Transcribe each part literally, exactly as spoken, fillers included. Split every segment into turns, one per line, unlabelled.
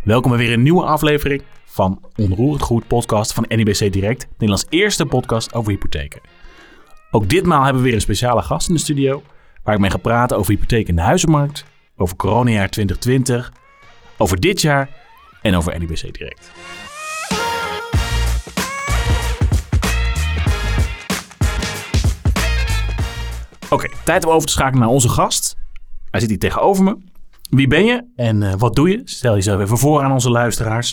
Welkom bij weer een nieuwe aflevering van Onroerend Goed podcast van N I B C Direct, Nederlands eerste podcast over hypotheken. Ook ditmaal hebben we weer een speciale gast in de studio, waar ik mee ga praten over hypotheek in de huizenmarkt, over coronajaar twintig twintig, over dit jaar en over N I B C Direct. Oké, okay, tijd om over te schakelen naar onze gast. Hij zit hier tegenover me. Wie ben je en uh, wat doe je? Stel jezelf even voor aan onze luisteraars.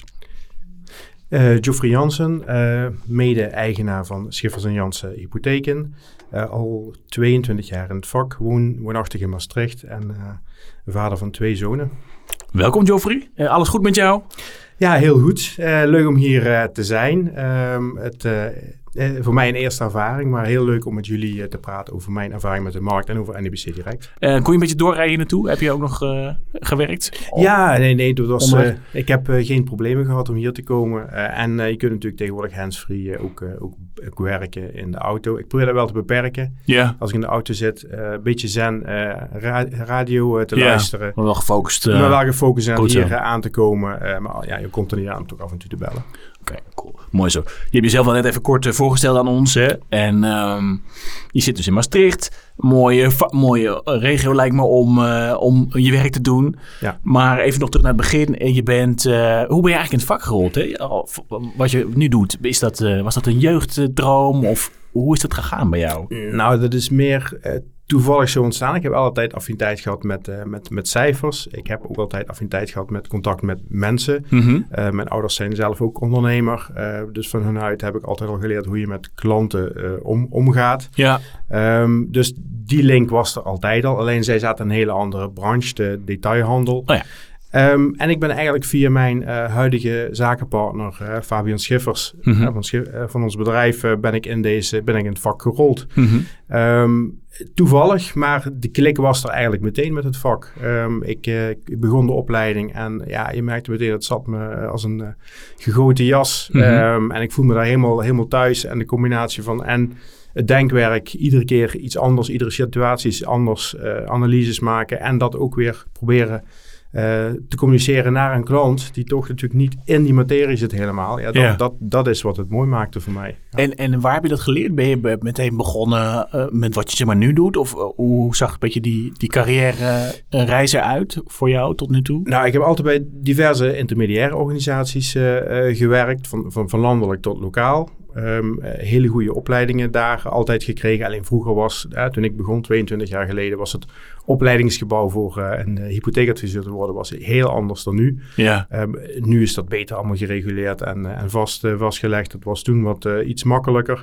Uh, Geoffrey Jansen, uh, mede-eigenaar van Schiffers en Jansen Hypotheken. Uh, al tweeëntwintig jaar in het vak, woon, woonachtig in Maastricht en uh, vader van twee zonen.
Welkom Geoffrey, uh, alles goed met jou?
Ja, heel goed. Uh, leuk om hier uh, te zijn. Um, het, uh, uh, voor mij een eerste ervaring, maar heel leuk om met jullie uh, te praten over mijn ervaring met de markt en over N I B C Direct.
Uh, kon je een beetje doorrijden naartoe? Heb je ook nog uh, gewerkt?
Oh. Ja, nee, nee. Dat was, uh, ik heb uh, geen problemen gehad om hier te komen. Uh, en uh, je kunt natuurlijk tegenwoordig handsfree uh, ook, uh, ook, ook werken in de auto. Ik probeer dat wel te beperken.
Yeah.
Als ik in de auto zit, uh, een beetje zen, uh, ra- radio uh, te yeah. luisteren.
Maar wel gefocust. Uh,
maar wel gefocust aan hier uh, aan te komen. Uh, maar ja, je komt er niet aan om toch af en toe te bellen.
Oké, okay, cool. Mooi zo. Je hebt jezelf al net even kort uh, voorgesteld aan ons. Hè? En um, je zit dus in Maastricht. Mooie, va- mooie regio lijkt me om, uh, om je werk te doen.
Ja.
Maar even nog terug naar het begin. Je bent, uh, hoe ben je eigenlijk in het vak gerold? Hè? Wat je nu doet, is dat, uh, was dat een jeugddroom? Of hoe is dat gegaan bij jou?
Nou, dat is meer... Uh, toevallig zo ontstaan. Ik heb altijd affiniteit gehad met, uh, met, met cijfers. Ik heb ook altijd affiniteit gehad met contact met mensen. Mm-hmm. Uh, mijn ouders zijn zelf ook ondernemer. Uh, dus van hun uit heb ik altijd al geleerd hoe je met klanten uh, om, omgaat.
Ja.
Um, dus die link was er altijd al. Alleen zij zaten in een hele andere branche, de detailhandel.
Oh ja.
Um, en ik ben eigenlijk via mijn uh, huidige zakenpartner uh, Fabian Schiffers mm-hmm. uh, van, Schif- uh, van ons bedrijf uh, ben ik in deze ben ik in het vak gerold. Mm-hmm. Um, toevallig, maar de klik was er eigenlijk meteen met het vak. Um, ik, uh, ik begon de opleiding en ja, je merkte meteen, het zat me als een uh, gegoten jas. Mm-hmm. Um, en ik voelde me daar helemaal, helemaal thuis. En de combinatie van en het denkwerk, iedere keer iets anders, iedere situatie is anders, uh, analyses maken en dat ook weer proberen Uh, te communiceren naar een klant die toch natuurlijk niet in die materie zit helemaal. Ja, dat, yeah. dat, dat is wat het mooi maakte voor mij. Ja.
En, en waar heb je dat geleerd? Ben je meteen begonnen uh, met wat je zeg maar nu doet? Of uh, hoe zag een beetje die, die carrière uh, reis eruit voor jou tot nu toe?
Nou, ik heb altijd bij diverse intermediaire organisaties uh, uh, gewerkt, van, van, van landelijk tot lokaal. Um, hele goede opleidingen daar altijd gekregen. Alleen vroeger was, uh, toen ik begon, tweeëntwintig jaar geleden, was het opleidingsgebouw voor uh, een uh, hypotheekadviseur te worden was heel anders dan nu.
Ja.
Um, nu is dat beter allemaal gereguleerd en, uh, en vast, uh, vastgelegd. Het was toen wat uh, iets makkelijker.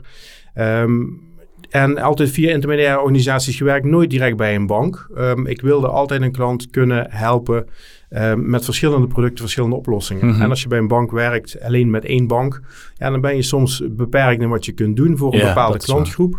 Um, En altijd via intermediaire organisaties gewerkt, nooit direct bij een bank. Um, ik wilde altijd een klant kunnen helpen um, met verschillende producten, verschillende oplossingen. Mm-hmm. En als je bij een bank werkt, alleen met één bank, ja, dan ben je soms beperkt in wat je kunt doen voor een ja, bepaalde klantgroep.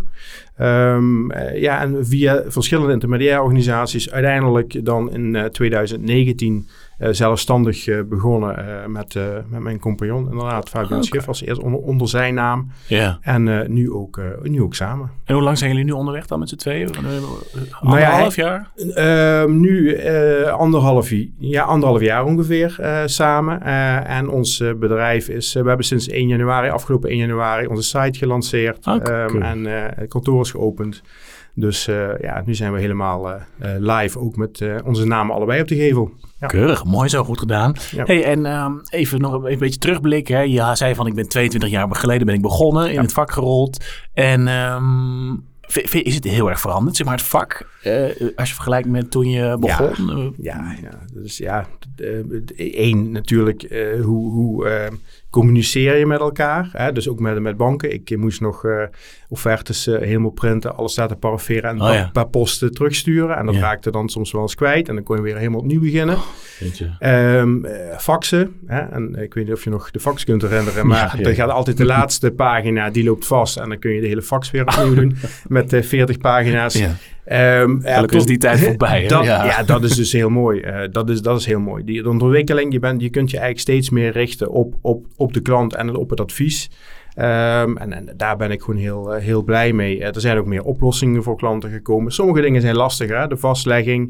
Um, uh, ja, en via verschillende intermediaire organisaties uiteindelijk dan in uh, twintig negentien uh, zelfstandig uh, begonnen uh, met, uh, met mijn compagnon. Inderdaad, Fabian okay. Schiffers, eerst onder, onder zijn naam
yeah.
en uh, nu, ook, uh, nu ook samen.
En hoe lang zijn jullie nu onderweg dan met z'n tweeën? Anderhalf
nou
ja,
jaar? Uh, nu uh, anderhalf, ja, anderhalf jaar ongeveer uh, samen. Uh, en ons uh, bedrijf is, uh, we hebben sinds één januari, afgelopen één januari, onze site gelanceerd.
Okay,
um,
cool.
En uh, het kantoor is geopend. Dus uh, ja, nu zijn we helemaal uh, uh, live, ook met uh, onze namen allebei op de gevel.
Ja. Keurig, mooi zo, goed gedaan. Ja. Hey, en um, even nog een, een beetje terugblikken. Hè. Je zei van, ik ben tweeëntwintig jaar geleden ben ik begonnen, in ja. het vak gerold. En um, is het heel erg veranderd, zeg maar, het vak? Uh, als je vergelijkt met toen je begon?
Ja, ja, ja. Dus ja, één natuurlijk, uh, hoe... hoe uh, communiceer je met elkaar, hè? Dus ook met, met banken. Ik moest nog uh, offertes uh, helemaal printen, alles staat te parafferen en oh, ja. per post terugsturen. En dat ja. raakte dan soms wel eens kwijt en dan kon je weer helemaal opnieuw beginnen. Oh, um, uh, faxen, hè? En ik weet niet of je nog de fax kunt herinneren, maar ja, ja. dan gaat altijd de laatste pagina, die loopt vast en dan kun je de hele fax weer opnieuw doen met uh, veertig pagina's. Ja.
Um, ja, tot, is die tijd voorbij.
Dat, ja. ja, dat is dus heel mooi. Uh, dat, is, dat is heel mooi. Die ontwikkeling, je, bent, je kunt je eigenlijk steeds meer richten op, op, op de klant en op het advies. Um, en, en daar ben ik gewoon heel, uh, heel blij mee. Uh, er zijn ook meer oplossingen voor klanten gekomen. Sommige dingen zijn lastiger. Hè? De vastlegging,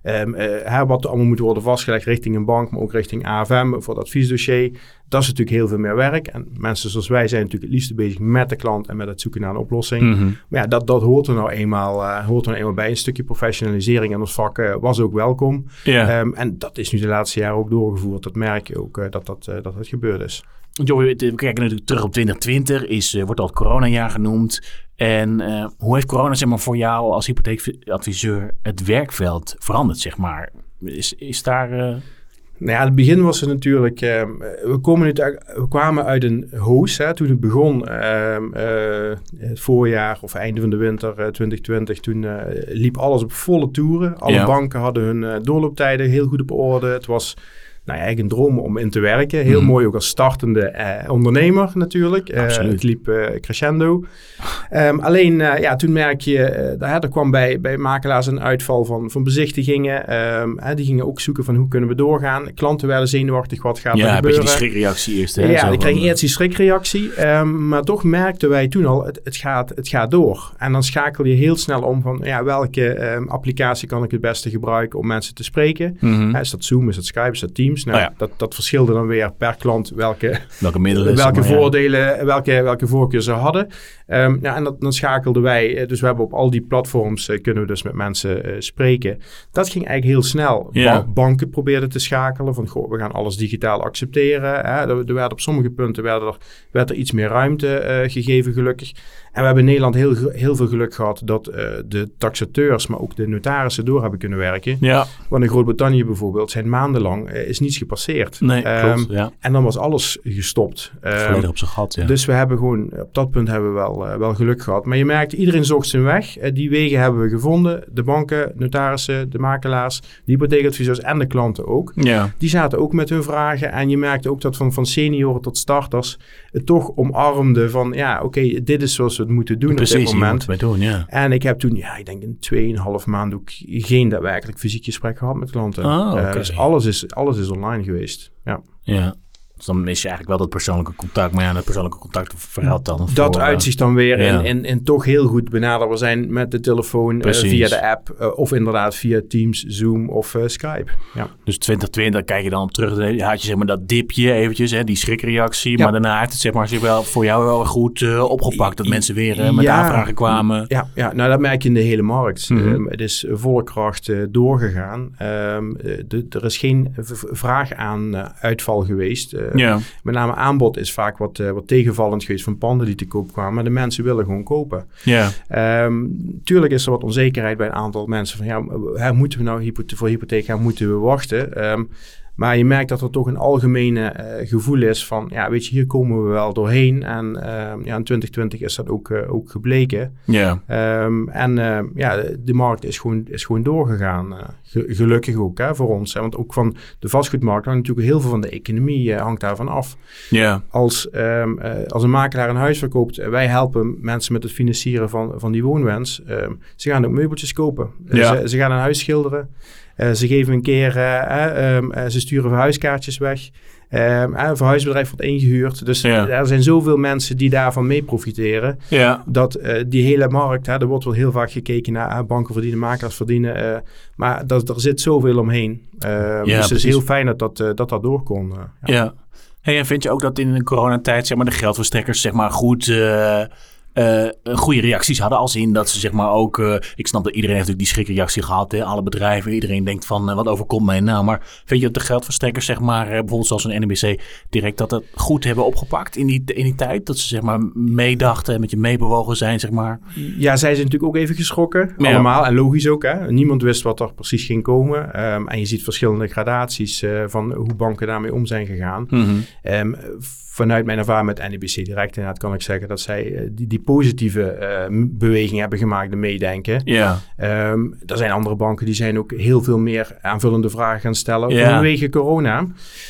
Um, uh, hè, wat er allemaal moet worden vastgelegd richting een bank, maar ook richting A F M voor het adviesdossier. Dat is natuurlijk heel veel meer werk. En mensen zoals wij zijn natuurlijk het liefst bezig met de klant en met het zoeken naar een oplossing. Mm-hmm. Maar ja, dat, dat hoort er nou eenmaal, uh, hoort er nou eenmaal bij. Een stukje professionalisering in ons vak uh, was ook welkom. Yeah. Um, en dat is nu de laatste jaren ook doorgevoerd. Dat merk je ook uh, dat, dat, uh, dat het gebeurd is.
Jo, we kijken natuurlijk terug op twintig twintig, is, uh, wordt al het coronajaar genoemd. En uh, hoe heeft corona zeg maar, voor jou als hypotheekadviseur het werkveld veranderd, zeg maar? Is, is daar... Uh...
Nou ja, het begin was er natuurlijk... Uh, we, komen uit, we kwamen uit een hoos hè, toen het begon. Uh, uh, het voorjaar of einde van de winter uh, twintig twintig. Toen uh, liep alles op volle toeren. Alle ja. banken hadden hun uh, doorlooptijden heel goed op orde. Het was... Nou ja, eigenlijk een droom om in te werken. Heel mm. mooi ook als startende eh, ondernemer natuurlijk. Uh, het liep uh, crescendo. Um, alleen, uh, ja, toen merk je... Uh, er kwam bij, bij makelaars een uitval van, van bezichtigingen. Um, uh, die gingen ook zoeken van hoe kunnen we doorgaan. Klanten werden zenuwachtig, wat gaat
ja,
er gebeuren?
Ja, een beetje die schrikreactie eerst. Hè,
ja, die kregen eerst die schrikreactie. Um, maar toch merkten wij toen al, het, het, gaat, het gaat door. En dan schakel je heel snel om van... Ja, welke um, applicatie kan ik het beste gebruiken om mensen te spreken? Mm-hmm. Uh, is dat Zoom, is dat Skype, is dat Teams? Nou, oh ja. dat, dat verschilde dan weer per klant welke,
welke middelen,
welke
maar,
voordelen,
ja.
welke, welke voorkeur ze hadden. Um, ja, en dat, dan schakelden wij, dus we hebben op al die platforms uh, kunnen we dus met mensen uh, spreken. Dat ging eigenlijk heel snel.
Ja.
Ba- banken probeerden te schakelen van goh, we gaan alles digitaal accepteren. Hè. Er, er werd op sommige punten werd er, werd er iets meer ruimte uh, gegeven gelukkig. En we hebben in Nederland heel, heel veel geluk gehad dat uh, de taxateurs, maar ook de notarissen door hebben kunnen werken.
Ja.
Want in Groot-Brittannië bijvoorbeeld zijn maandenlang uh, is niets gepasseerd.
Nee, um, klopt, ja.
En dan was alles gestopt.
Volledig um, op zijn gat, ja.
Dus we hebben gewoon, op dat punt hebben we wel, uh, wel geluk gehad. Maar je merkt, iedereen zocht zijn weg. Uh, die wegen hebben we gevonden. De banken, notarissen, de makelaars, de hypotheekadviseurs en de klanten ook.
Ja.
Die zaten ook met hun vragen. En je merkte ook dat van, van senioren tot starters het toch omarmde van, ja, oké, okay, dit is zoals we het moeten doen.
Precies,
op dit moment.
Precies, doen, ja.
En ik heb toen, ja, ik denk in tweeënhalf maand ook geen daadwerkelijk fysiek gesprek gehad met klanten.
Oh, okay. uh,
dus alles is, alles is online geweest. Ja.
Ja. Dus dan mis je eigenlijk wel dat persoonlijke contact. Maar ja, dat persoonlijke contact verhaalt dan.
Dat
voor,
uitzicht dan weer ja. in, in, in toch heel goed benaderbaar zijn met de telefoon, uh, via de app. Uh, of inderdaad via Teams, Zoom of uh, Skype. Ja.
Dus twintig twintig kijk je dan op terug. Dan had je zeg maar dat dipje eventjes, hè, die schrikreactie. Ja. Maar daarna heeft het zeg maar, zich wel voor jou wel goed uh, opgepakt. Dat mensen weer uh, met ja. aanvragen kwamen.
Ja, ja, nou dat merk je in de hele markt. Mm-hmm. Um, het is volle kracht uh, doorgegaan. Um, de, er is geen v- vraag aan uh, uitval geweest. Uh, ja. Met name aanbod is vaak wat, uh, wat tegenvallend geweest van panden die te koop kwamen. Maar de mensen willen gewoon kopen.
Ja.
Um, tuurlijk is er wat onzekerheid bij een aantal mensen. Van ja, hè, moeten we nou hypothe- voor hypotheek gaan? Moeten we wachten? Um, Maar je merkt dat er toch een algemene uh, gevoel is van, ja, weet je, hier komen we wel doorheen. En uh, ja, in twintig twintig is dat ook, uh, ook gebleken.
Ja.
Um, en uh, ja, de markt is gewoon, is gewoon doorgegaan. Uh, ge- gelukkig ook hè, voor ons. Hè, want ook van de vastgoedmarkt hangt natuurlijk heel veel van de economie uh, hangt daarvan af.
Ja.
Als, um, uh, als een makelaar een huis verkoopt, uh, wij helpen mensen met het financieren van, van die woonwens. Um, ze gaan ook meubeltjes kopen.
Ja.
Ze, ze gaan een huis schilderen. Uh, ze geven een keer, uh, um, uh, ze sturen verhuiskaartjes weg. Um, een verhuisbedrijf wordt ingehuurd. Dus ja. er zijn zoveel mensen die daarvan mee profiteren.
Ja.
Dat uh, die hele markt, hè, er wordt wel heel vaak gekeken naar uh, banken verdienen, makelaars verdienen. Uh, maar dat, er zit zoveel omheen. Uh, ja, dus het is heel fijn dat dat, uh, dat, dat door kon. Uh,
ja. ja. Hey, en vind je ook dat in de coronatijd zeg maar, de geldverstrekkers zeg maar, goed... Uh, Uh, goede reacties hadden als in dat ze zeg maar ook... Uh, ik snap dat iedereen heeft natuurlijk die schrikreactie gehad. Hè? Alle bedrijven, iedereen denkt van uh, wat overkomt mij nou. Maar vind je dat de geldverstrekkers zeg maar... Uh, bijvoorbeeld zoals een N B C direct dat het goed hebben opgepakt in die, in die tijd? Dat ze zeg maar meedachten en met je meebewogen zijn zeg maar?
Ja, zij zijn natuurlijk ook even geschrokken. Ja. Allemaal en logisch ook. Hè? Niemand wist wat er precies ging komen. Um, en je ziet verschillende gradaties uh, van hoe banken daarmee om zijn gegaan. Mm-hmm. Um, Vanuit mijn ervaring met N B C Direct inderdaad kan ik zeggen dat zij uh, die, die positieve uh, beweging hebben gemaakt en meedenken.
Ja.
Um, er zijn andere banken die zijn ook heel veel meer aanvullende vragen gaan stellen
ja.
vanwege corona.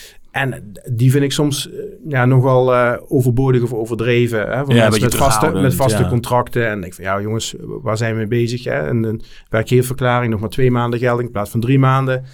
En die vind ik soms uh, ja, nogal uh, overbodig of overdreven. Hè, van
ja,
mensen met vaste, met vaste
ja.
contracten. En ik van ja jongens, waar zijn we mee bezig? Hè? En een werkgeververklaring nog maar twee maanden geldig in plaats van drie maanden.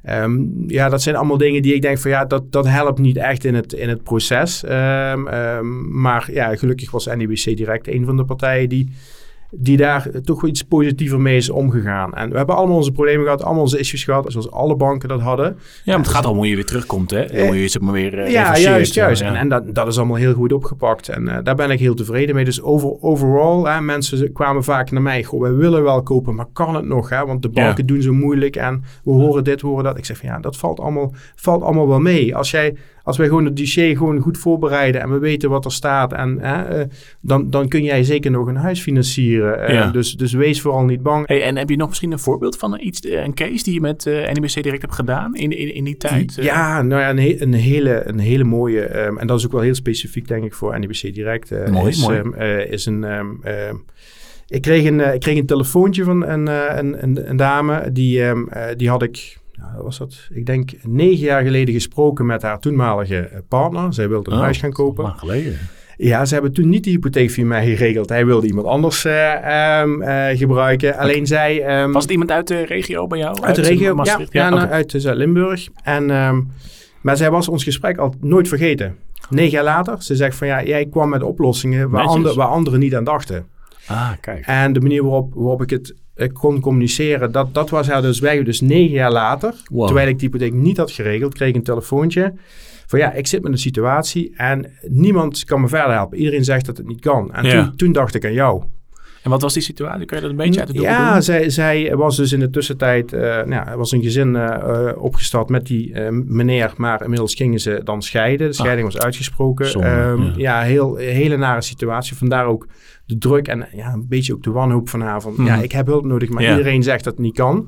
Um, ja, dat zijn allemaal dingen die ik denk van ja, dat, dat helpt niet echt in het, in het proces. Um, um, maar ja, gelukkig was N B C Direct een van de partijen die die daar toch iets positiever mee is omgegaan. En we hebben allemaal onze problemen gehad, allemaal onze issues gehad, zoals alle banken dat hadden.
Ja, maar het gaat om hoe je weer terugkomt, hè? Hoe je het maar weer uh,
Ja, juist, juist. Ja. En, en dat, dat is allemaal heel goed opgepakt. En uh, daar ben ik heel tevreden mee. Dus over, overall, hè, mensen kwamen vaak naar mij. Goh, wij willen wel kopen, maar kan het nog? Hè? Want de banken ja. doen zo moeilijk en we horen dit, we horen dat. Ik zeg van ja, dat valt allemaal, valt allemaal wel mee. Als jij... Als wij gewoon het dossier gewoon goed voorbereiden en we weten wat er staat, en, hè, dan, dan kun jij zeker nog een huis financieren. Ja. Uh, dus, dus wees vooral niet bang.
Hey, en heb je nog misschien een voorbeeld van iets, een case die je met uh, N I B C Direct hebt gedaan in, in, in die tijd?
Uh? Ja, nou ja, een, he- een, hele, een hele mooie, um, en dat is ook wel heel specifiek denk ik voor N I B C Direct. Uh,
mooi,
is,
mooi.
Um, uh, is een... Um, uh, ik, kreeg een uh, ik kreeg een telefoontje van een, uh, een, een, een dame, die, um, uh, die had ik... Nou, was dat, ik denk, negen jaar geleden gesproken met haar toenmalige partner. Zij wilde een
oh,
huis gaan kopen.
Lang geleden.
Ja, ze hebben toen niet de hypotheek via mij geregeld. Hij wilde iemand anders uh, um, uh, gebruiken. Okay. Alleen zij... Um,
was het iemand uit de regio bij jou?
Uit, uit de regio, Maastricht? Ja, ja, ja okay. Uit Zuid-Limburg. En, um, maar zij was ons gesprek al nooit vergeten. Negen jaar later, ze zegt van ja, jij kwam met oplossingen waar, ander, waar anderen niet aan dachten.
Ah, kijk.
En de manier waarop, waarop ik het ik kon communiceren, dat, dat was haar dus wij dus negen jaar later. Wow. Terwijl ik die hypotheek niet had geregeld, kreeg ik een telefoontje van ja, ik zit met een situatie en niemand kan me verder helpen. Iedereen zegt dat het niet kan. En ja. toen, toen dacht ik aan jou.
En wat was die situatie? Kun je dat een beetje uit de doel
Ja,
doen?
zij, zij was dus in de tussentijd... Uh, nou, er was een gezin uh, opgestart met die uh, meneer... maar inmiddels gingen ze dan scheiden. De scheiding ah, was uitgesproken. Zonde, um, ja, ja heel, hele nare situatie. Vandaar ook de druk en ja, een beetje ook de wanhoop van haar. Van, mm. Ja, ik heb hulp nodig, maar ja. iedereen zegt dat het niet kan.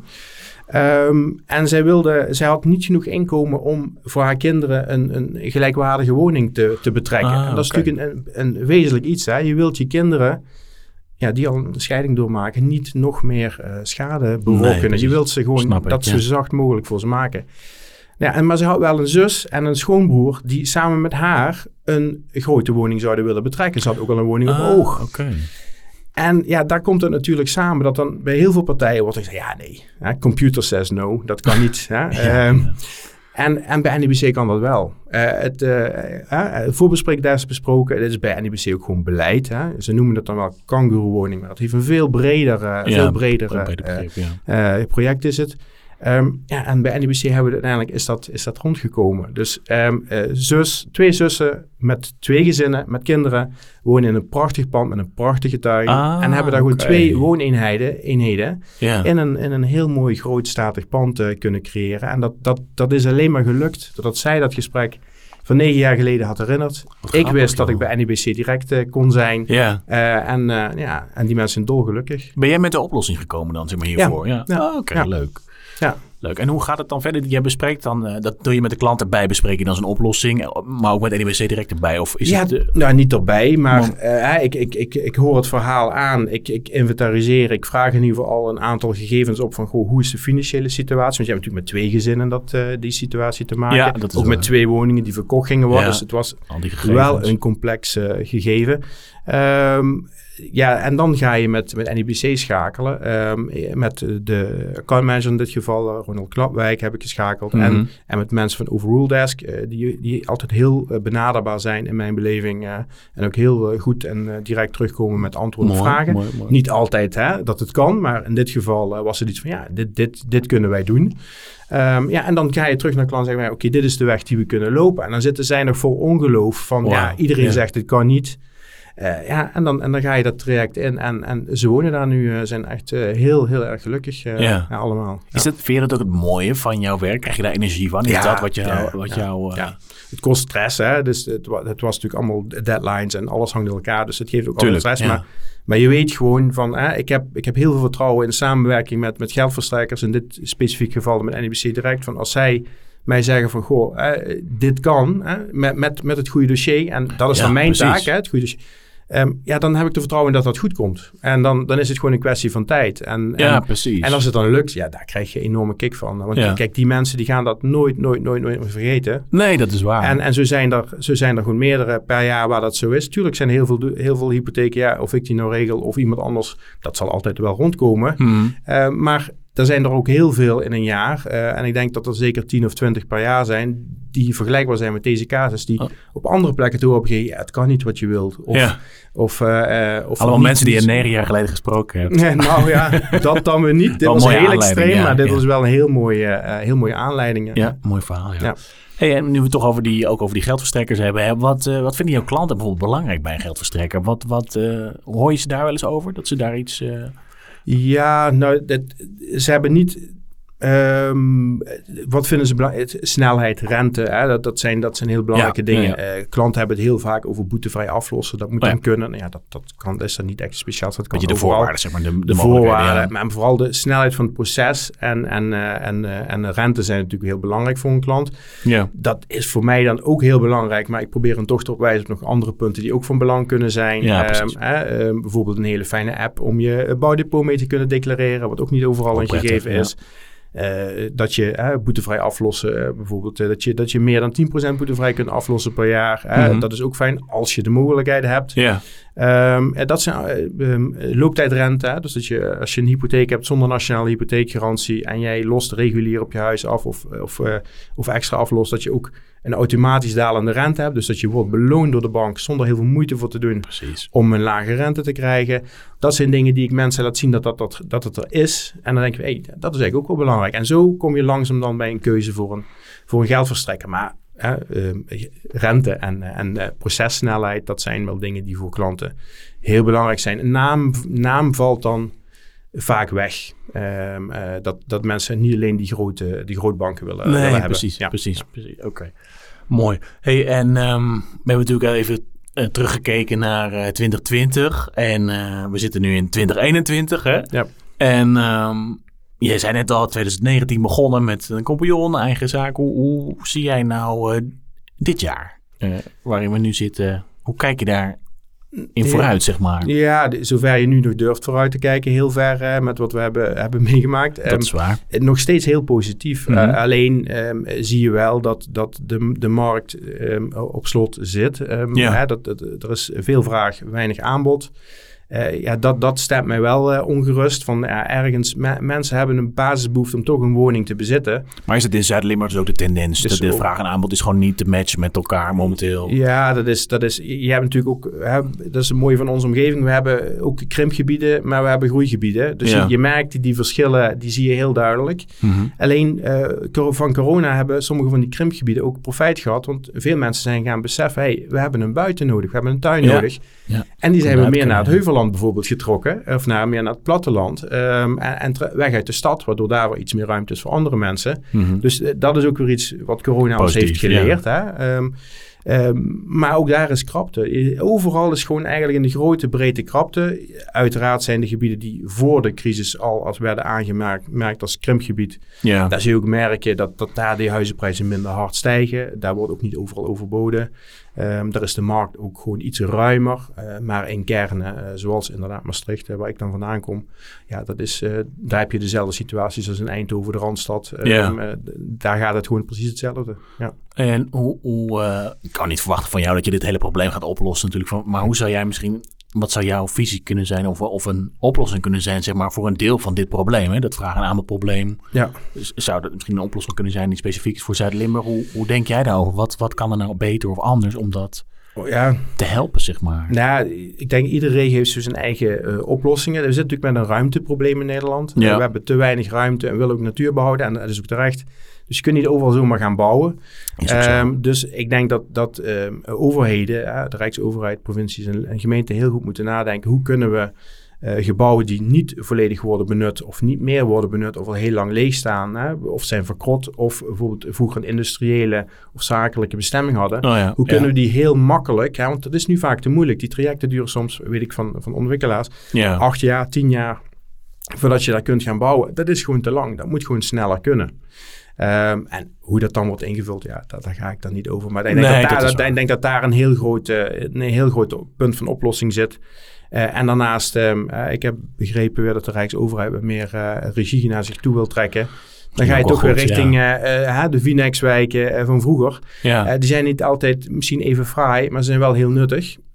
Um, en zij wilde, zij had niet genoeg inkomen om voor haar kinderen een, een gelijkwaardige woning te, te betrekken. Ah, en dat is okay. natuurlijk een, een wezenlijk iets. Hè? Je wilt je kinderen... Ja, die al een scheiding doormaken, niet nog meer uh, schade berokkenen. Nee, je wilt ze gewoon Snap dat ik, zo ja. zacht mogelijk voor ze maken. Ja, en, maar ze had wel een zus en een schoonbroer die samen met haar een grote woning zouden willen betrekken. Ze had ook al een woning
ah,
op oog.
Okay.
En ja, daar komt het natuurlijk samen dat dan bij heel veel partijen wordt gezegd, ja nee, hè, computer says no, dat kan niet. Hè. ja, um, ja. En, en bij N I B C kan dat wel. Uh, het uh, uh, voorbespreek daar is besproken. Dit is bij N I B C ook gewoon beleid. Hè? Ze noemen dat dan wel kangoeroewoning. Maar dat heeft een veel breder, uh, ja, veel breder uh, begrip, ja. uh, project is het. Um, ja, en bij N I B C hebben we uiteindelijk is dat, is dat rondgekomen. Dus um, uh, zus, twee zussen met twee gezinnen, met kinderen, wonen in een prachtig pand met een prachtige tuin. Ah, en hebben daar gewoon okay. twee wooneenheden eenheden, yeah. in, een, in een heel mooi groot statig pand uh, kunnen creëren. En dat, dat, dat is alleen maar gelukt doordat zij dat gesprek van negen jaar geleden had herinnerd. Wat ik wist dat ik bij N I B C Direct uh, kon zijn. Yeah. Uh, en, uh, ja, en die mensen zijn dolgelukkig.
Ben jij met de oplossing gekomen dan, zeg maar, hiervoor? Ja, ja. ja. Oh, oké, okay, ja. leuk. Ja. Leuk. En hoe gaat het dan verder? Jij bespreekt dan, uh, dat doe je met de klant erbij, bespreek je dan zijn oplossing, maar ook met N I B C Direct erbij? Of is
ja,
het, uh,
nou niet erbij, maar uh, ik, ik, ik, ik hoor het verhaal aan. Ik, ik inventariseer, ik vraag in ieder geval al een aantal gegevens op van, goh, hoe is de financiële situatie? Want je hebt natuurlijk met twee gezinnen dat, uh, die situatie te maken. Ja, dat is ook waar. Met twee woningen die verkocht gingen worden. Ja, dus het was wel een complex uh, gegeven. Um, Ja, en dan ga je met, met N I B C schakelen. Um, met de accountmanager in dit geval, uh, Ronald Knapwijk, heb ik geschakeld. Mm-hmm. En, en met mensen van Overrule Desk, uh, die, die altijd heel uh, benaderbaar zijn in mijn beleving. Uh, en ook heel uh, goed en uh, direct terugkomen met antwoorden op vragen. Mooi, mooi. Niet altijd hè, dat het kan, maar in dit geval uh, was het iets van, ja, dit, dit, dit kunnen wij doen. Um, ja, en dan ga je terug naar de klant en zeggen, oké, okay, dit is de weg die we kunnen lopen. En dan zitten zij nog vol ongeloof van, wow. ja, iedereen yeah. zegt het kan niet. Uh, ja, en dan, en dan ga je dat traject in. En, en ze wonen daar nu, uh, zijn echt uh, heel, heel erg gelukkig uh, ja. Ja, allemaal. Ja.
Is dat, vind je dat ook het mooie van jouw werk? Krijg je daar energie van? Is ja, dat wat jou... Ja, wat ja, jou uh...
ja. Het kost stress, hè. Dus het, het was natuurlijk allemaal deadlines en alles hangt in elkaar. Dus het geeft ook allemaal stress. Ja. Maar, maar je weet gewoon van... Hè, ik, heb, ik heb heel veel vertrouwen in de samenwerking met, met geldverstrekkers. In dit specifiek geval met N I B C Direct. Van als zij... mij zeggen van, goh, eh, dit kan eh, met, met, met het goede dossier. En dat is ja, dan mijn precies. taak, hè, het goede dossier. Um, ja, dan heb ik er vertrouwen in dat dat goed komt. En dan, dan is het gewoon een kwestie van tijd. En,
ja,
en,
precies.
En als het dan lukt, ja, daar krijg je een enorme kick van. Want ja. kijk, die mensen die gaan dat nooit, nooit, nooit, nooit meer vergeten.
Nee, dat is waar.
En, en zo, zijn er, zo zijn er gewoon meerdere per jaar waar dat zo is. Tuurlijk zijn er heel veel, heel veel hypotheken, ja, of ik die nou regel of iemand anders, dat zal altijd wel rondkomen. Hmm. Uh, maar er zijn er ook heel veel in een jaar. Uh, en ik denk dat er zeker tien of twintig per jaar zijn die vergelijkbaar zijn met deze casus. Die oh. op andere plekken toe opgeven, ja, het kan niet wat je wilt. Of,
ja.
of, uh, uh, of
allemaal mensen die je negen jaar geleden gesproken hebt.
Nee, nou ja, dat dan weer niet. Dit was heel extreem, ja, maar dit ja. was wel een heel mooie, uh, heel mooie aanleiding.
Ja, ja, mooi verhaal, ja. ja. Hey, en nu we het toch over die, ook over die geldverstrekkers hebben. Hè, wat, uh, wat vinden jouw klanten bijvoorbeeld belangrijk bij een geldverstrekker? Wat, wat uh, hoor je ze daar wel eens over? Dat ze daar iets... Uh...
Ja, nou, dat, ze hebben niet... Um, wat vinden ze belangrijk? Snelheid, rente, hè? Dat, dat, zijn, dat zijn heel belangrijke ja, dingen. Ja, ja. Uh, klanten hebben het heel vaak over boetevrij aflossen. Dat moet dan oh, ja. kunnen. Nou ja, dat, dat, kan, dat is dan niet echt speciaal. Dat kan
Beetje de
overal.
voorwaarden, zeg maar. De, de,
de voorwaarden, ja. maar vooral de snelheid van het proces en, en, uh, en, uh, en de rente zijn natuurlijk heel belangrijk voor een klant. Ja. Dat is voor mij dan ook heel belangrijk, maar ik probeer een toch te wijzen op nog andere punten die ook van belang kunnen zijn.
Ja,
um, uh, uh, bijvoorbeeld een hele fijne app om je bouwdepot mee te kunnen declareren, wat ook niet overal een gegeven ja. is. Uh, dat je uh, boetevrij aflossen, uh, bijvoorbeeld uh, dat, je, dat je meer dan tien procent boetevrij kunt aflossen per jaar. Uh, mm-hmm. Dat is ook fijn als je de mogelijkheid hebt. Yeah. Um, en dat zijn uh, um, looptijdrente. Hè? Dus dat je als je een hypotheek hebt zonder nationale hypotheekgarantie en jij lost regulier op je huis af of, of, uh, of extra aflost, dat je ook een automatisch dalende rente hebt. Dus dat je wordt beloond door de bank zonder heel veel moeite voor te doen.
Precies.
Om een lage rente te krijgen. Dat zijn dingen die ik mensen laat zien dat, dat, dat, dat het er is. En dan denk je, hey, dat is eigenlijk ook wel belangrijk. En zo kom je langzaam dan bij een keuze voor een, voor een geldverstrekker. Maar hè, uh, rente en, en uh, processnelheid, dat zijn wel dingen die voor klanten heel belangrijk zijn. Een naam, naam valt dan vaak weg. Um, uh, dat, dat mensen niet alleen die grote, die grote banken willen,
nee,
willen hebben.
Precies, ja. precies, precies. Oké, okay. Mooi. Hey, en um, we hebben natuurlijk even uh, teruggekeken naar uh, twintig twintig en uh, we zitten nu in twintig eenentwintig. Hè?
Ja.
En um, jij zei net al, twintig negentien begonnen met een compagnon, eigen zaak. Hoe, hoe zie jij nou uh, dit jaar, uh, waarin we nu zitten? Hoe kijk je daar in vooruit,
ja,
zeg maar?
Ja, zover je nu nog durft vooruit te kijken, heel ver uh, met wat we hebben, hebben meegemaakt.
Dat um, is waar.
Nog steeds heel positief. Mm-hmm. Uh, alleen um, zie je wel dat, dat de, de markt um, op slot zit. Um, ja. hè, dat, dat, er is veel vraag, weinig aanbod. Uh, ja, dat, dat stemt mij wel uh, ongerust. Van, uh, ergens, me, mensen hebben een basisbehoefte om toch een woning te bezitten.
Maar is het in Zuid-Limburg dus ook de tendens? Dus dat de vraag en aanbod is gewoon niet te matchen met elkaar momenteel?
Ja, dat is, dat is, je hebt natuurlijk ook, hè, dat is het mooie van onze omgeving. We hebben ook krimpgebieden, maar we hebben groeigebieden. Dus ja. je, je merkt die, die verschillen, die zie je heel duidelijk. Mm-hmm. Alleen uh, van corona hebben sommige van die krimpgebieden ook profijt gehad. Want veel mensen zijn gaan beseffen, hey, we hebben een buiten nodig, we hebben een tuin ja. nodig. Ja. En die zijn we meer naar het heuvelland bijvoorbeeld getrokken, of naar, meer naar het platteland, um, en, en tre- weg uit de stad, waardoor daar weer iets meer ruimte is voor andere mensen. Mm-hmm. Dus uh, dat is ook weer iets wat corona ons heeft geleerd. Ja. Hè? Um, um, maar ook daar is krapte. Overal is gewoon eigenlijk in de grote breedte krapte. Uiteraard zijn de gebieden die voor de crisis al als werden aangemerkt als krimpgebied. Ja. Daar zie je ook merken dat, dat daar de huizenprijzen minder hard stijgen. Daar wordt ook niet overal overboden. Um, daar is de markt ook gewoon iets ruimer. Uh, maar in kernen, uh, zoals inderdaad Maastricht, uh, waar ik dan vandaan kom. Ja, dat is, uh, daar heb je dezelfde situaties als in Eindhoven, de Randstad. Uh, yeah. uh, daar gaat het gewoon precies hetzelfde. Ja.
En hoe, hoe uh, ik kan niet verwachten van jou dat je dit hele probleem gaat oplossen natuurlijk. Van, maar hoe zou jij misschien, wat zou jouw visie kunnen zijn of, of een oplossing kunnen zijn, zeg maar, voor een deel van dit probleem? Hè? Dat vraag- en aanbodprobleem. Ja. Zou dat misschien een oplossing kunnen zijn die specifiek is voor Zuid-Limburg? Hoe, hoe denk jij daarover? Wat, wat kan er nou beter of anders om dat oh, ja. te helpen, zeg maar?
Nou, ik denk iedere regio heeft zo zijn eigen uh, oplossingen. We zitten natuurlijk met een ruimteprobleem in Nederland. Ja. Uh, we hebben te weinig ruimte en willen ook natuur behouden. En dat is ook terecht. Dus je kunt niet overal zomaar gaan bouwen. Um, dus ik denk dat, dat um, overheden, uh, de Rijksoverheid, provincies en, en gemeenten heel goed moeten nadenken. Hoe kunnen we uh, gebouwen die niet volledig worden benut of niet meer worden benut of al heel lang leeg staan, hè, of zijn verkrot of bijvoorbeeld vroeger een industriële of zakelijke bestemming hadden. Oh ja, hoe kunnen ja. we die heel makkelijk, hè, want dat is nu vaak te moeilijk. Die trajecten duren soms, weet ik van, van ontwikkelaars, ja. acht jaar, tien jaar voordat je daar kunt gaan bouwen. Dat is gewoon te lang. Dat moet gewoon sneller kunnen. Um, en hoe dat dan wordt ingevuld, ja, dat, daar ga ik dan niet over. Maar ik denk, nee, dat, daar, dat, ik denk dat daar een heel groot, uh, een heel groot punt van oplossing zit. Uh, en daarnaast, um, uh, ik heb begrepen weer dat de Rijksoverheid weer meer uh, regie naar zich toe wil trekken. Dan ga je toch weer richting ja. uh, uh, de Vinex-wijken uh, van vroeger. Ja. Uh, die zijn niet altijd misschien even fraai, maar ze zijn wel heel nuttig.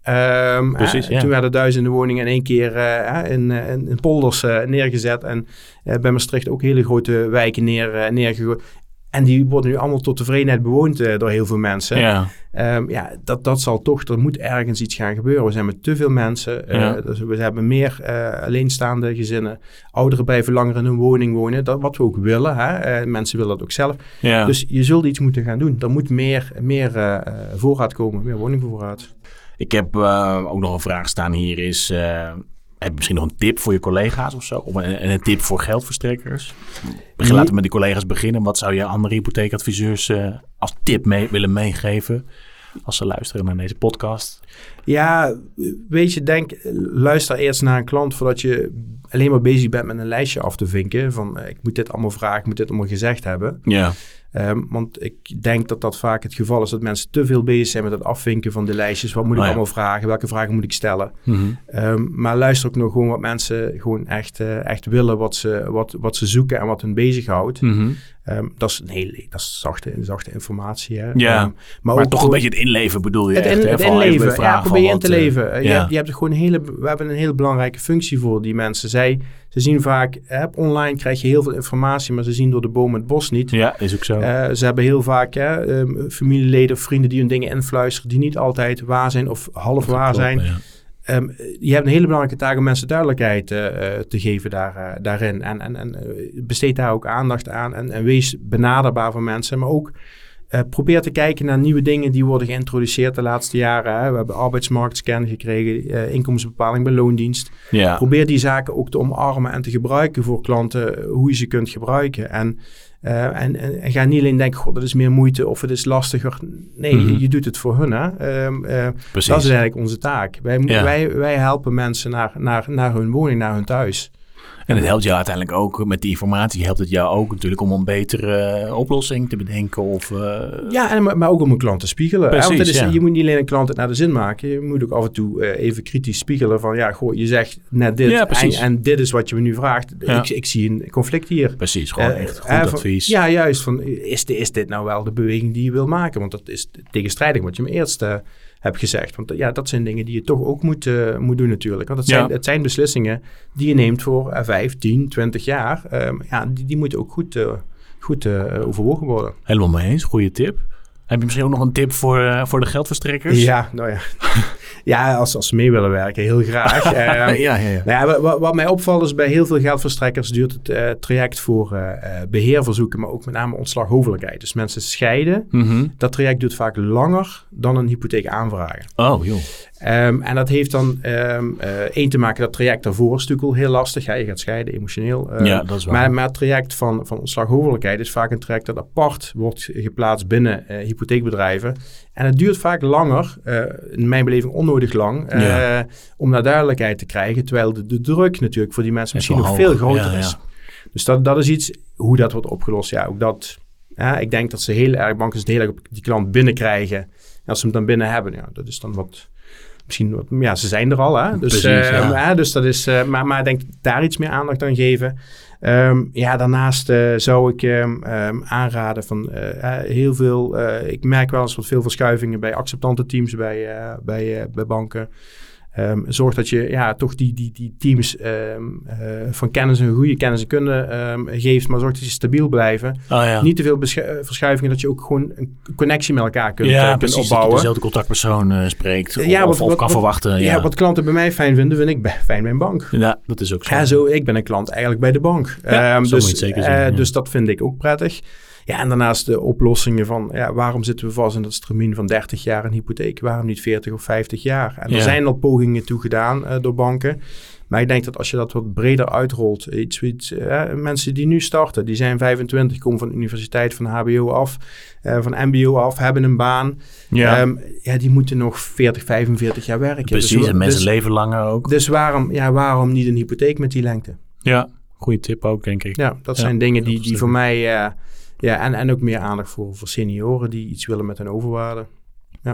Um,
Precies,
uh,
ja.
Toen werden duizenden woningen in één keer uh, in, in, in polders uh, neergezet. En uh, bij Maastricht ook hele grote wijken neer, uh, neergegooid. En die worden nu allemaal tot tevredenheid bewoond uh, door heel veel mensen.
Ja,
um, ja dat, dat zal toch, er moet ergens iets gaan gebeuren. We zijn met te veel mensen. Uh,
ja.
dus we hebben meer uh, alleenstaande gezinnen. Ouderen blijven langer in hun woning wonen. Dat wat we ook willen. Hè? Uh, mensen willen dat ook zelf. Ja. Dus je zult iets moeten gaan doen. Er moet meer, meer uh, voorraad komen, meer woningvoorraad.
Ik heb uh, ook nog een vraag staan hier is... Uh, heb je misschien nog een tip voor je collega's of zo? Of een, een tip voor geldverstrekkers? Begin, laten we met die collega's beginnen. Wat zou je andere hypotheekadviseurs uh, als tip mee, willen meegeven... als ze luisteren naar deze podcast?
Ja, weet je, denk, luister eerst naar een klant... voordat je alleen maar bezig bent met een lijstje af te vinken. Van, ik moet dit allemaal vragen, ik moet dit allemaal gezegd hebben.
Ja.
Um, want ik denk dat dat vaak het geval is... dat mensen te veel bezig zijn met het afvinken van de lijstjes. Wat moet ik oh ja. allemaal vragen? Welke vragen moet ik stellen? Mm-hmm. Um, maar luister ook nog gewoon wat mensen gewoon echt, uh, echt willen... Wat ze, wat, wat ze zoeken en wat hun bezighoudt. Mm-hmm. Um, dat is een hele dat is zachte, zachte informatie. Hè?
Ja,
um,
maar, maar toch een beetje het inleven bedoel je
het
echt.
In, het inleven, ja, probeer je in te
wat,
leven. Uh,
ja.
je, hebt, je hebt gewoon een hele, we hebben een hele belangrijke functie voor die mensen. Zij, ze zien vaak, hè, online krijg je heel veel informatie, maar ze zien door de boom het bos niet.
Ja, is ook zo.
Uh, ze hebben heel vaak hè, um, familieleden of vrienden die hun dingen influisteren, die niet altijd waar zijn of half waar klopt, zijn. Ja. Um, je hebt een hele belangrijke taak om mensen duidelijkheid uh, te geven daar, uh, daarin. En, en, en uh, besteed daar ook aandacht aan. En, en wees benaderbaar voor mensen. Maar ook uh, probeer te kijken naar nieuwe dingen die worden geïntroduceerd de laatste jaren. Hè. We hebben arbeidsmarktscan gekregen, uh, inkomensbepaling bij loondienst. Ja. Probeer die zaken ook te omarmen en te gebruiken voor klanten. Hoe je ze kunt gebruiken. En Uh, en, en, en ga niet alleen denken, god, dat is meer moeite of het is lastiger. Nee, mm-hmm. je, je doet het voor hun. Hè? Um, uh, dat is eigenlijk onze taak. Wij, ja. wij, wij helpen mensen naar, naar, naar hun woning, naar hun thuis.
En het helpt jou uiteindelijk ook, met die informatie helpt het jou ook natuurlijk om een betere uh, oplossing te bedenken. Of, uh...
Ja, en, maar ook om een klant te spiegelen. Precies, want het is, ja. Je moet niet alleen een klant het naar de zin maken. Je moet ook af en toe uh, even kritisch spiegelen van, ja, goh, je zegt net dit ja, en, en dit is wat je me nu vraagt. Ja. Ik, ik zie een conflict hier.
Precies, gewoon uh, echt goed uh, advies.
Van, ja, juist. Van, is, de, is dit nou wel de beweging die je wil maken? Want dat is tegenstrijdig wat je me eerst... Uh, heb gezegd. Want ja, dat zijn dingen die je toch ook moet, uh, moet doen natuurlijk. Want het zijn, ja. het zijn beslissingen die je neemt voor uh, vijf, tien, twintig jaar. Um, ja, die, die moeten ook goed, uh, goed uh, overwogen worden.
Helemaal mee eens. Goeie tip. Heb je misschien ook nog een tip voor, uh, voor de geldverstrekkers?
Ja, nou ja. Ja, als, als ze mee willen werken, heel graag. uh, ja, ja, ja. Nou ja, wat, wat mij opvalt is, bij heel veel geldverstrekkers duurt het uh, traject voor uh, beheerverzoeken, maar ook met name ontslaghoofdelijkheid. Dus mensen scheiden. Mm-hmm. Dat traject duurt vaak langer dan een hypotheek aanvragen.
Oh, joh.
Um, en dat heeft dan um, uh, één te maken, dat traject daarvoor is natuurlijk al heel lastig. Ja, je gaat scheiden, emotioneel. Uh, ja, dat is waar. Maar, maar het traject van, van ontslaghoofdelijkheid is vaak een traject dat apart wordt geplaatst binnen uh, hypotheekbedrijven. En het duurt vaak langer, uh, in mijn beleving onnodig lang, uh, ja. om naar duidelijkheid te krijgen. Terwijl de, de druk natuurlijk voor die mensen misschien nog veel groter ja, is. Ja. Dus dat, dat is iets, hoe dat wordt opgelost. Ja, ook dat, ja, ik denk dat ze heel erg bang is, heel erg op die klant binnenkrijgen. En als ze hem dan binnen hebben, ja, dat is dan wat... Misschien wat, ja, ze zijn er al, hè. Dus, Precies, uh, ja. uh, dus dat is, uh, maar, maar ik denk daar iets meer aandacht aan geven. Um, ja, daarnaast uh, zou ik um, um, aanraden van uh, uh, heel veel, uh, ik merk wel eens wat veel verschuivingen bij acceptante teams bij, uh, bij, uh, bij banken. Um, zorg dat je ja, toch die, die, die teams um, uh, van kennis en goede kennis en kunde um, geeft, maar zorg dat je stabiel blijven. Oh, ja. Niet te veel beschu- verschuivingen, dat je ook gewoon een connectie met elkaar kunt, ja, uh, kunt precies, opbouwen.
Dat je dezelfde contactpersoon uh, spreekt of,
ja, wat,
of, of
wat,
kan
wat,
verwachten. Ja.
ja, wat klanten bij mij fijn vinden, vind ik bij, fijn bij een bank.
Ja, dat is ook zo.
Ja, zo, ik ben een klant eigenlijk bij de bank.
Ja, um,
dus,
moet je het zeker zijn,
uh,
ja.
dus dat vind ik ook prettig. Ja, en daarnaast de oplossingen van, ja, waarom zitten we vast in dat stramien van dertig jaar een hypotheek? Waarom niet veertig of vijftig jaar? En er ja. zijn al pogingen toe gedaan uh, door banken. Maar ik denk dat als je dat wat breder uitrolt, iets, iets uh, mensen die nu starten, die zijn vijfentwintig, komen van de universiteit, van H B O af, uh, van M B O af, hebben een baan. Ja. Um, ja, die moeten nog veertig, vijfenveertig jaar werken.
Precies,
dus,
en mensen
dus,
leven langer ook.
Dus waarom, ja, waarom niet een hypotheek met die lengte?
Ja, goede tip ook, denk ik.
Ja, dat ja, zijn dingen die, die voor mij... Uh, Ja, en, en ook meer aandacht voor, voor senioren die iets willen met hun overwaarde. Ja.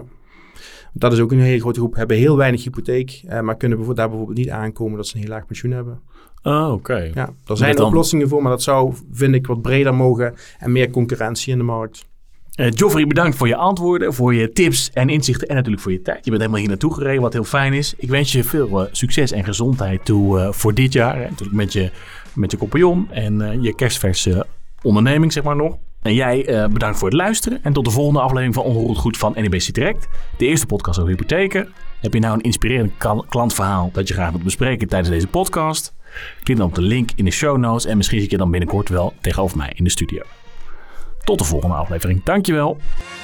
Dat is ook een hele grote groep. Hebben heel weinig hypotheek, uh, maar kunnen bijvoorbeeld, daar bijvoorbeeld niet aankomen dat ze een heel laag pensioen hebben.
Oh, oké. Okay.
Ja, er zijn dan oplossingen voor, maar dat zou, vind ik, wat breder mogen en meer concurrentie in de markt.
Uh, Joffrey, bedankt voor je antwoorden, voor je tips en inzichten en natuurlijk voor je tijd. Je bent helemaal hier naartoe gereden, wat heel fijn is. Ik wens je veel uh, succes en gezondheid toe uh, voor dit jaar. Hè. Natuurlijk met je, met je compagnon en uh, je kerstverse onderneming, zeg maar nog. En jij uh, bedankt voor het luisteren. En tot de volgende aflevering van Onroerend Goed van N I B C Direct. De eerste podcast over hypotheken. Heb je nou een inspirerend klantverhaal dat je graag wilt bespreken tijdens deze podcast? Klik dan op de link in de show notes en misschien zit je dan binnenkort wel tegenover mij in de studio. Tot de volgende aflevering. Dankjewel.